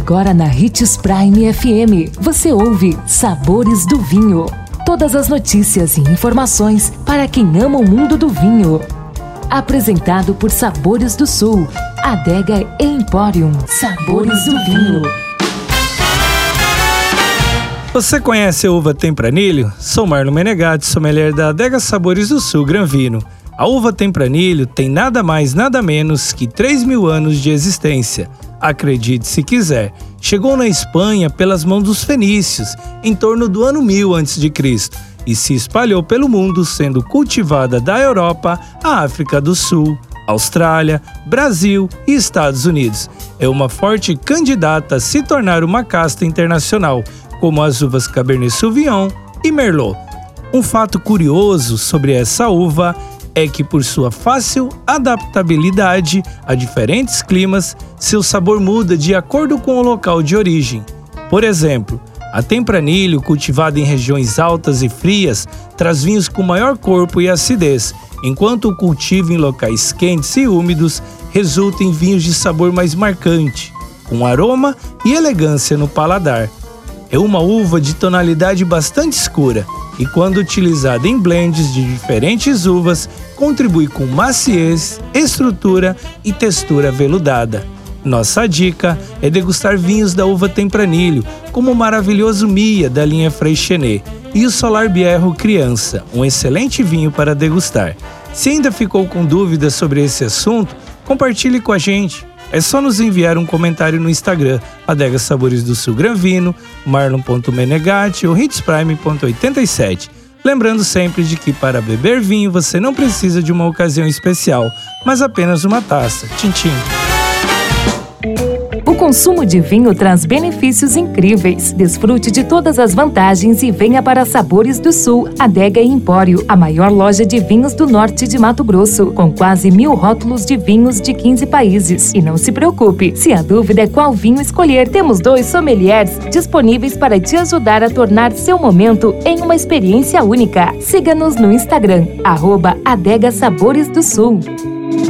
Agora na Hits Prime FM, você ouve Sabores do Vinho. Todas as notícias e informações para quem ama o mundo do vinho. Apresentado por Sabores do Sul, Adega Emporium. Sabores do Vinho. Você conhece a uva Tempranillo? Sou Marlon Menegatti, sommelier da Adega Sabores do Sul Granvino. A uva Tempranillo tem nada mais, nada menos que 3.000 anos de existência. Acredite se quiser, chegou na Espanha pelas mãos dos fenícios, em torno do ano 1000 a.C., e se espalhou pelo mundo, sendo cultivada da Europa à África do Sul, Austrália, Brasil e Estados Unidos. É uma forte candidata a se tornar uma casta internacional, como as uvas Cabernet Sauvignon e Merlot. Um fato curioso sobre essa uva é que, por sua fácil adaptabilidade a diferentes climas, seu sabor muda de acordo com o local de origem. Por exemplo, a Tempranillo, cultivada em regiões altas e frias, traz vinhos com maior corpo e acidez, enquanto o cultivo em locais quentes e úmidos resulta em vinhos de sabor mais marcante, com aroma e elegância no paladar. É uma uva de tonalidade bastante escura e, quando utilizada em blends de diferentes uvas, contribui com maciez, estrutura e textura aveludada. Nossa dica é degustar vinhos da uva Tempranillo, como o maravilhoso Mia da linha Freixenet e o Solar Bierro Criança, um excelente vinho para degustar. Se ainda ficou com dúvidas sobre esse assunto, compartilhe com a gente. É só nos enviar um comentário no Instagram, Adega Sabores do Sul Granvino, marlon.menegatti ou hitsprime.87. Lembrando sempre de que para beber vinho você não precisa de uma ocasião especial, mas apenas uma taça. Tchim, tchim. O consumo de vinho traz benefícios incríveis. Desfrute de todas as vantagens e venha para Sabores do Sul, Adega Empório, a maior loja de vinhos do norte de Mato Grosso, com quase 1.000 rótulos de vinhos de 15 países. E não se preocupe, se a dúvida é qual vinho escolher, temos 2 sommeliers disponíveis para te ajudar a tornar seu momento em uma experiência única. Siga-nos no Instagram, @Adega Sabores do Sul.